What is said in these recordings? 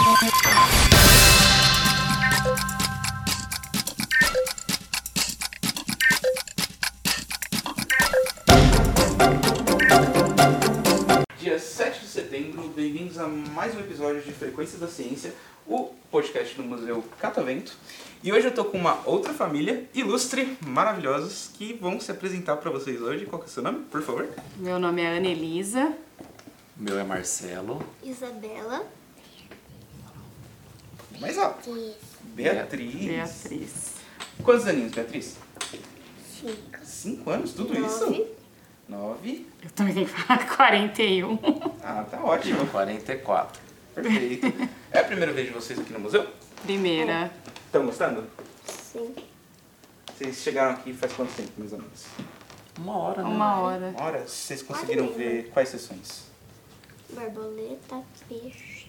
Dia 7 de setembro, bem-vindos a mais um episódio de Frequência da Ciência, o podcast do Museu Catavento. E hoje eu tô com uma outra família ilustre, maravilhosos, que vão se apresentar para vocês hoje. Qual que é o seu nome, por favor? Meu nome é Ana Elisa. Meu é Marcelo. Isabela. Mais alto. Beatriz. Beatriz. Quantos aninhos, Beatriz? 5. 5 anos, tudo 9. isso? 9. Eu também tenho que falar 41. Ah, tá ótimo. 44. Perfeito. É a primeira vez de vocês aqui no museu? Primeira. Estão gostando? Sim. Vocês chegaram aqui faz quanto tempo, mais ou menos? Uma hora, né? Uma hora. Uma hora? Vocês conseguiram ver quais sessões? Borboleta, peixe,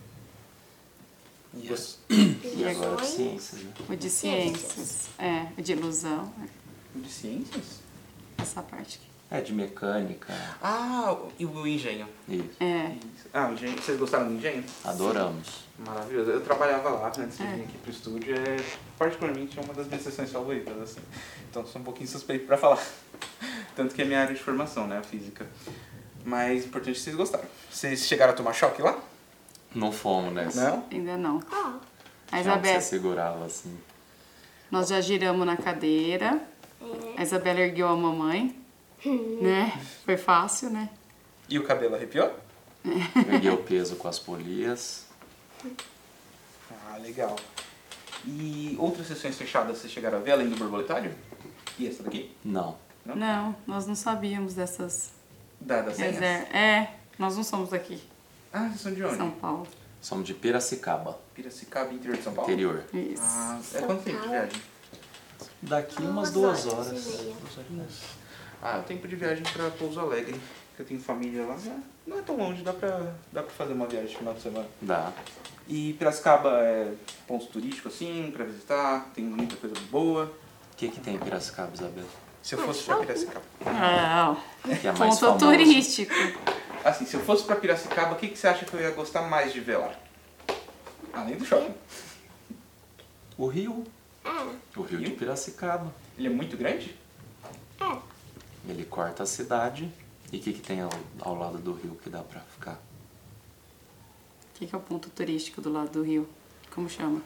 E agora de ciências, né? O de ciências. É, o de ilusão. De ciências? Essa parte aqui. É, de mecânica. Ah, e o engenho. Isso. É. Ah, o engenho. Vocês gostaram do engenho? Adoramos. Maravilhoso. Eu trabalhava lá antes de vir aqui pro estúdio. Particularmente, é uma das minhas sessões favoritas, assim. Então, sou um pouquinho suspeito pra falar. Tanto que é minha área de formação, né? A física. Mas, importante que vocês gostaram. Vocês chegaram a tomar choque lá? Não fomos nessa. Não? Ainda não. A Tinha um que Isabela, você segurava assim. nós já giramos na cadeira. A Isabela ergueu a mamãe. Né? Foi fácil, né? E o cabelo arrepiou? Peguei o peso com as polias. Ah, legal. E outras sessões fechadas vocês chegaram a ver, além do borboletário? E essa daqui? Não. Não, nós não sabíamos dessas Das senhas? nós não somos daqui, Ah, vocês são de onde? São Paulo. Somos de Piracicaba, Piracicaba, interior de São Paulo? interior. Isso. Ah, é quanto tempo de viagem? Daqui umas 2 2 horas horas. e meia. 2 horinhas. Ah, o tempo de viagem pra Pouso Alegre, que eu tenho família lá, não é tão longe, dá pra fazer uma viagem no final de semana. Dá. E Piracicaba é ponto turístico assim, pra visitar, tem muita coisa boa. O que tem em Piracicaba, Isabel? Se eu fosse pra Piracicaba. Não. Que é mais Ponto famoso. turístico. Assim, se eu fosse pra Piracicaba, o que você acha que eu ia gostar mais de ver lá? Além do shopping. O rio. O rio de Rio? Piracicaba. Ele é muito grande? Ele corta a cidade. E o que tem ao lado do rio que dá pra ficar? O que é o ponto turístico do lado do rio? Como chama?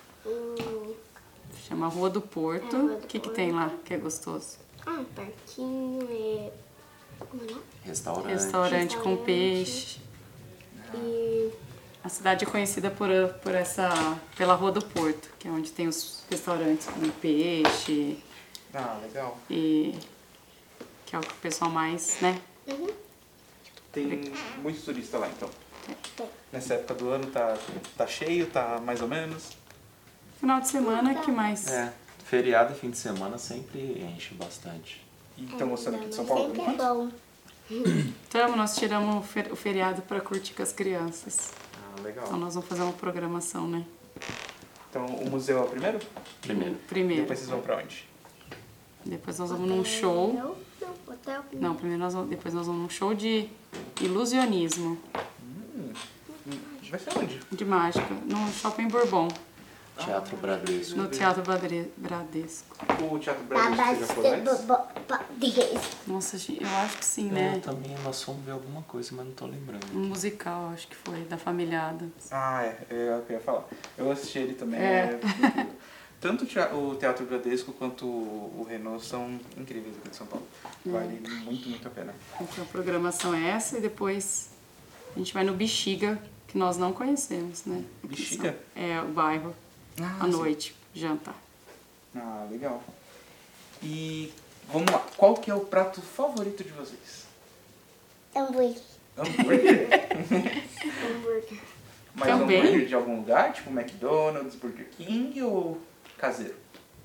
Chama Rua do Porto. Rua do O que Porto. tem lá que é gostoso? Parquinho, como é o nome? Restaurante. Restaurante com Restaurante. peixe. E A cidade é conhecida pela Rua do Porto, que é onde tem os restaurantes com peixe Ah, legal. e que é o que o pessoal mais, né? Tem muitos turistas lá, então. tem. Nessa época do ano tá cheio, tá mais ou menos. Final de semana que mais? É, feriado e fim de semana sempre enche bastante. E estão gostando aqui de São Mas Paulo? sempre é bom. Então, nós tiramos o feriado para curtir com as crianças. Ah, legal. Então nós vamos fazer uma programação, né? Então o museu é o primeiro? Primeiro. Primeiro. Depois vocês vão pra onde? Depois nós vamos num show. Não, hotel. Não, depois nós vamos num show de ilusionismo, Vai ser onde? de mágica, no Shopping Bourbon, Teatro Bradesco. no Teatro Bradesco. O Teatro Bradesco você já foi antes? Nossa, eu acho que sim, né? Eu também, nós fomos ver alguma coisa, mas não tô lembrando. Um musical, acho que foi, da família Adams. Ah, é o que eu ia falar. Eu assisti ele também. É. Tanto o Teatro Bradesco quanto o Renault são incríveis aqui de São Paulo. Vale muito, muito a pena. Então a programação é essa e depois a gente vai no Bexiga, que nós não conhecemos, né? Bexiga? É o bairro, à sim. noite, jantar. Ah, legal. E vamos lá. Qual que é o prato favorito de vocês? Hambúrguer. Hambúrguer? Hambúrguer. Mas Também. hambúrguer de algum lugar, tipo McDonald's, Burger King ou caseiro?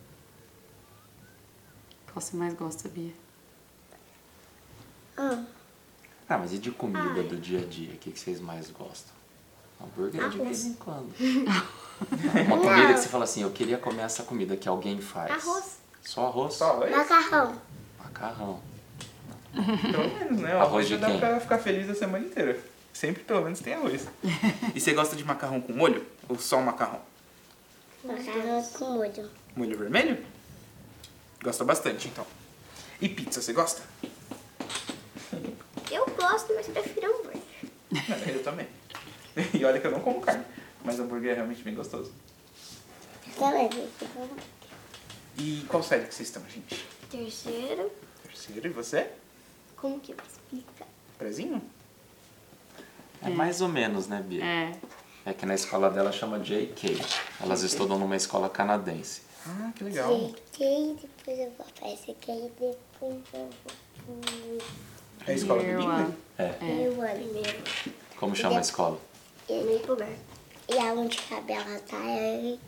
Qual você mais gosta, Bia? Ah, mas e de comida do dia a dia? O que vocês mais gostam? Hambúrguer é de vez em quando. Uma comida que você fala assim, eu queria comer essa comida que alguém faz. Arroz. Só arroz? Só arroz? Macarrão. Macarrão. Pelo menos, né? O Arroz arroz de já dá quem? pra ficar feliz a semana inteira. Sempre pelo menos tem arroz. E você gosta de macarrão com molho? Ou só o macarrão? Macarrão com molho. Molho vermelho? Gosta bastante, então. E pizza, você gosta? Eu gosto, mas prefiro hambúrguer. Eu também. E olha que eu não como carne, mas hambúrguer é realmente bem gostoso. Também. E qual série que vocês estão, gente? Terceiro, Terceiro, e você? como que eu explico? Prezinho? É mais ou menos, né, Bia? É que na escola dela chama JK. Elas estudam numa escola canadense. Ah, que legal. Cheguei, depois eu vou para esse aqui, depois eu vou É a escola Year bilíngue? one. pro primeiro. Como chama a escola? E aonde que a Bela tá é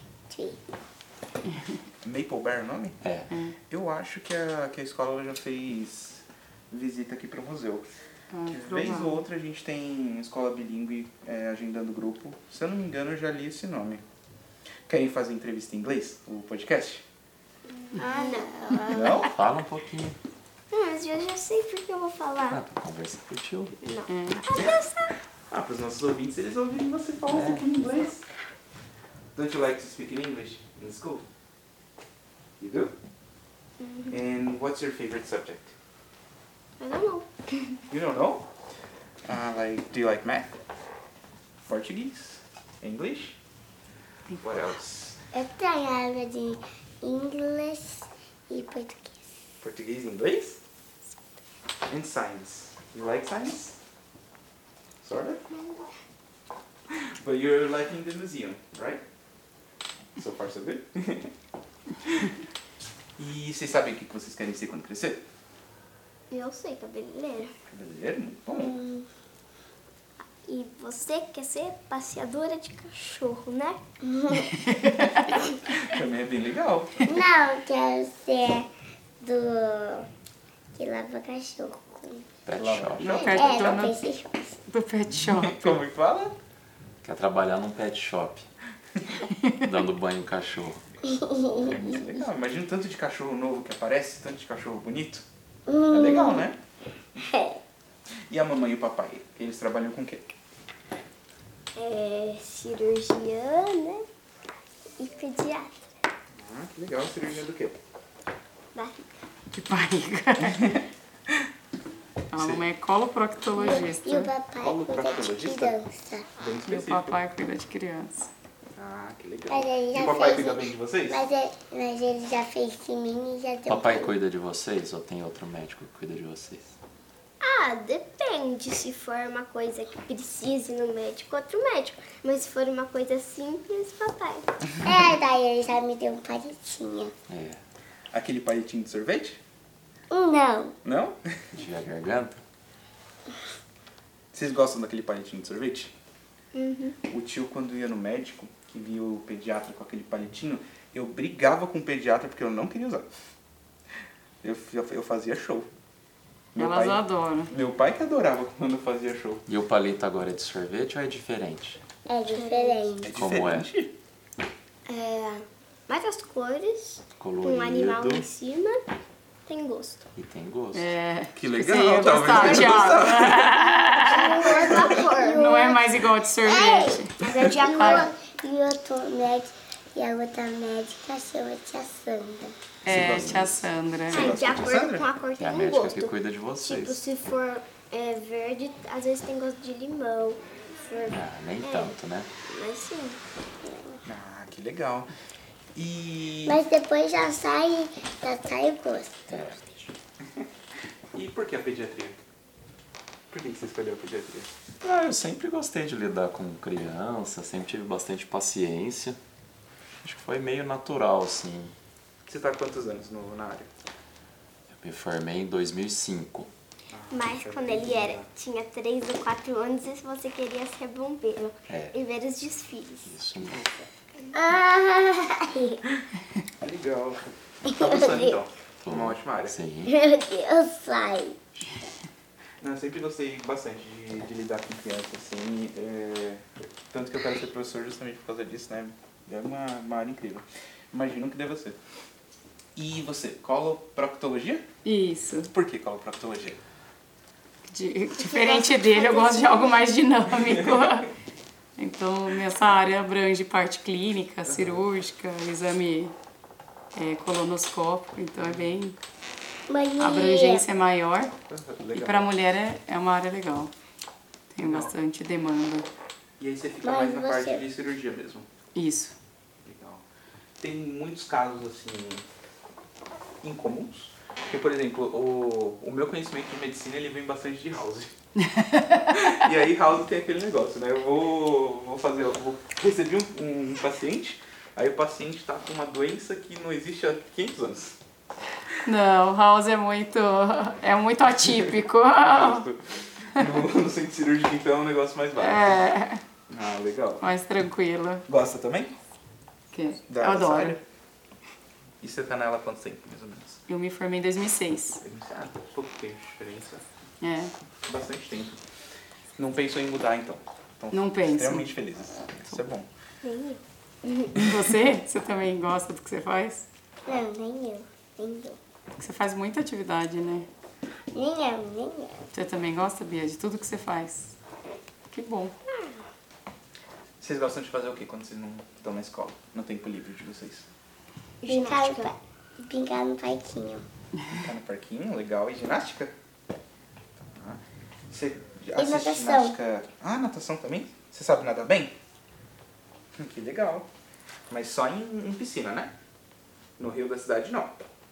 Maple Bear o nome? É. Eu acho que a escola já fez visita aqui pro museu. De vez ou outra a gente tem escola bilíngue agendando grupo. Se eu não me engano, eu já li esse nome. Querem fazer entrevista em inglês? O podcast? Ah, não. Não? Fala um pouquinho. Mas eu já sei porque eu vou falar. Ah, tu conversa com o tio. Ah, para os nossos ouvintes, eles ouvirem você falar um pouquinho inglês. Don't you like to speak in English in school? You do? And what's your favorite subject? I don't know. You don't know? Do you like math? Portuguese? English? What else? Eu tenho aula de inglês e português. Português e inglês? And science. You like science? Sort of? But you're liking the museum, right? So far, so good. E vocês sabem o que vocês querem ser quando crescer? Eu sei, cabeleireiro. Cabeleireiro? Muito bom. E você quer ser passeadora de cachorro, né? Também é bem legal. Não, quero ser do... que lava cachorro. Pet Lava shop. No cachorro? pé É, do não dono pensei. do pet shop. Como que fala? Quer trabalhar num pet shop. Dando banho no cachorro. É muito legal. Imagina o tanto de cachorro novo que aparece, tanto de cachorro bonito. É legal, né? E a mamãe e o papai? Eles trabalham com o quê? É cirurgiã, né? E pediatra. Ah, que legal. Cirurgia do quê? Barriga. De barriga. A mamãe é coloproctologista. E o papai Como cuida de proctologista? criança. Bem E o específico. papai cuida de criança. Ah, que legal. Mas ele E já o papai fez- cuida bem de vocês? Mas ele já fez de mim e já deu Papai pra- cuida de vocês ou tem outro médico que cuida de vocês? Ah, depende. Se for uma coisa que precise no médico, outro médico. Mas se for uma coisa simples, papai. Daí ele já me deu um palitinho. É. Aquele palitinho de sorvete? Não. Não? De a garganta? Vocês gostam daquele palitinho de sorvete? O tio, quando ia no médico, que via o pediatra com aquele palitinho, eu brigava com o pediatra porque eu não queria usar. Eu fazia show. Elas adoram. Meu pai que adorava quando eu fazia show. E o palito agora é de sorvete ou é diferente? É diferente. É Como é? diferente? Várias cores, Colorido. um animal em cima, tem gosto. E tem gosto. É, Que tipo, legal, você ia talvez gostar, eu Thiago. Não é mais igual de sorvete. Mas é de acordo. E a outra médica chama Tia Sandra. É, tia Sandra. gosta De de acordo Sandra? com a cor É a tem um médica gosto. que cuida de vocês. Tipo, se for verde, às vezes tem gosto de limão. Se for... Ah, nem tanto, né? Mas sim. Ah, que legal. E... Mas depois já sai o gosto. É. E por que a pediatria? Por que você escolheu a pediatria? Ah, eu sempre gostei de lidar com criança, sempre tive bastante paciência. Acho que foi meio natural, assim. Você tá há quantos anos na área? Eu me formei em 2005. Mas quando ele tinha 3 ou 4 anos, você queria ser bombeiro e ver os desfiles. Isso mesmo. Legal. Tá gostando então? Uma ótima área. Sim. Meu Deus, sai. Não, eu sempre gostei bastante de lidar com criança, assim. Tanto que eu quero ser professor justamente por causa disso, né? É uma área incrível. Imagino que deva ser. E você, coloproctologia? Isso. Por que coloproctologia? Diferente dele, eu gosto de algo mais dinâmico. Então, nessa área abrange parte clínica, cirúrgica, exame colonoscópico, então é bem... A abrangência é maior e para a mulher é uma área legal. Tem bastante demanda. E aí você fica mais na parte de cirurgia mesmo? Isso. Legal. Tem muitos casos, assim, incomuns. Porque, por exemplo, o meu conhecimento de medicina, ele vem bastante de house. E aí house tem aquele negócio, né? Eu vou receber um paciente, aí o paciente tá com uma doença que não existe há 500 anos. Não, house é muito atípico. No centro cirúrgico, então, é um negócio mais básico. Ah, legal. Mais tranquilo. Gosta também? Eu adoro. E você tá nela há quanto tempo, mais ou menos? Eu me formei em 2006. Pouco tempo de diferença. Bastante tempo. Não pensou em mudar, então? Não penso. Extremamente feliz. Isso é bom. Nem Você? Você também gosta do que você faz? eu. Não, nem eu. Você faz muita atividade, né? Nem eu. Você também gosta, Bia, de tudo que você faz? Que bom. Vocês gostam de fazer o quê quando vocês não estão na escola? No tempo livre de vocês? Brincar no parquinho. Brincar no parquinho, legal. E ginástica? Tá. Você assiste natação. ginástica... Ah, natação também? Você sabe nadar bem? Que legal. Mas só em piscina, né? No rio da cidade, não.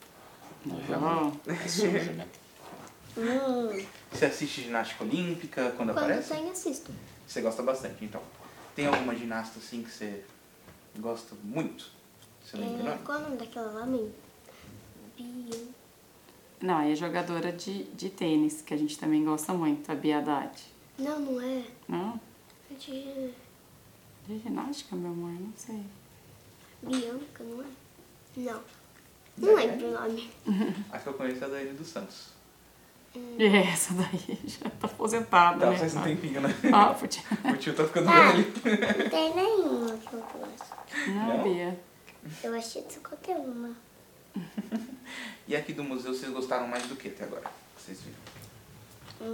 É sujo, né? Você assiste ginástica olímpica quando aparece? Quando tem, assisto. Você gosta bastante, então. Tem alguma ginasta assim que você gosta muito? Você lembra o nome? Qual é o nome daquela lá, mãe? Bia. Não, é jogadora de tênis, que a gente também gosta muito, a Bia Haddad. Não é. Não? É de De ginástica, meu amor, não sei. Bianca, não é? Não lembro o nome. A que eu conheço é a Daiane dos Santos. E essa daí já tá aposentada, Tá, né? faz um tempinho, né? Ah, podia. O tio tá ficando velho. Não tem nenhuma que eu gosto. Não, Bia. Eu achei de qualquer uma. E aqui do museu, vocês gostaram mais do que até agora? Que vocês viram?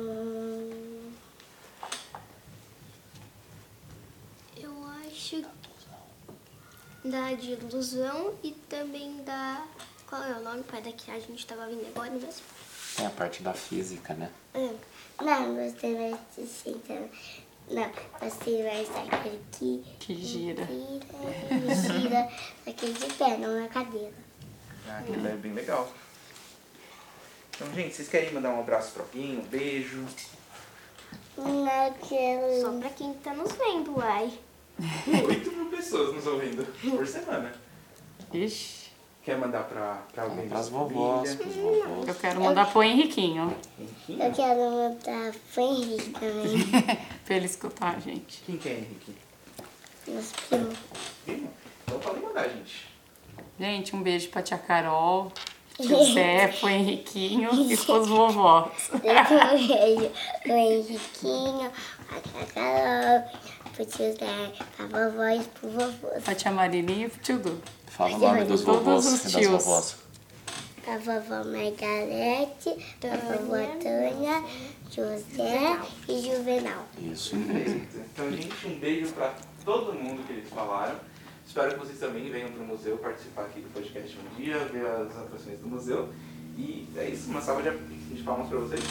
Eu acho da de ilusão e também da... Qual é o nome, pai, da que a gente tava vindo agora mesmo? Tem a parte da física, né? Não, você vai se sentar. Não, você vai estar aqui Que gira. gira, aqui de pé, não na cadeira. Ah, aquilo é bem legal. Então, gente, vocês querem mandar um abraço pra alguém, um beijo? Não quero. Só pra quem tá nos vendo, uai. 8.000 pessoas nos ouvindo por semana. Ixi, Quer mandar pra alguém? Para as da sua vovós, família? pros vovós. eu quero mandar pro Henriquinho, Henriquinho? Eu quero mandar pro Henrique também. pra ele escutar, gente. Quem que é Henrique? Meus primos. Primo? Então pode mandar, gente. Gente, um beijo pra tia Carol, tio Zé, pro Henriquinho e pros vovós. Eu beijo pro Henriquinho, pra Carol, pro tio Zé, pra vovó e pro vovô. Pra tia Marilinha e pro tio Du. Fala o nome dos Todos vovós os e das tios. vovós. A vovó Margarete, a vovó Tânia, José e Juvenal. Isso. Então, gente, um beijo pra todo mundo que eles falaram. Espero que vocês também venham pro museu participar aqui do podcast um dia, ver as atrações do museu. E é isso, uma salva de palmas pra vocês.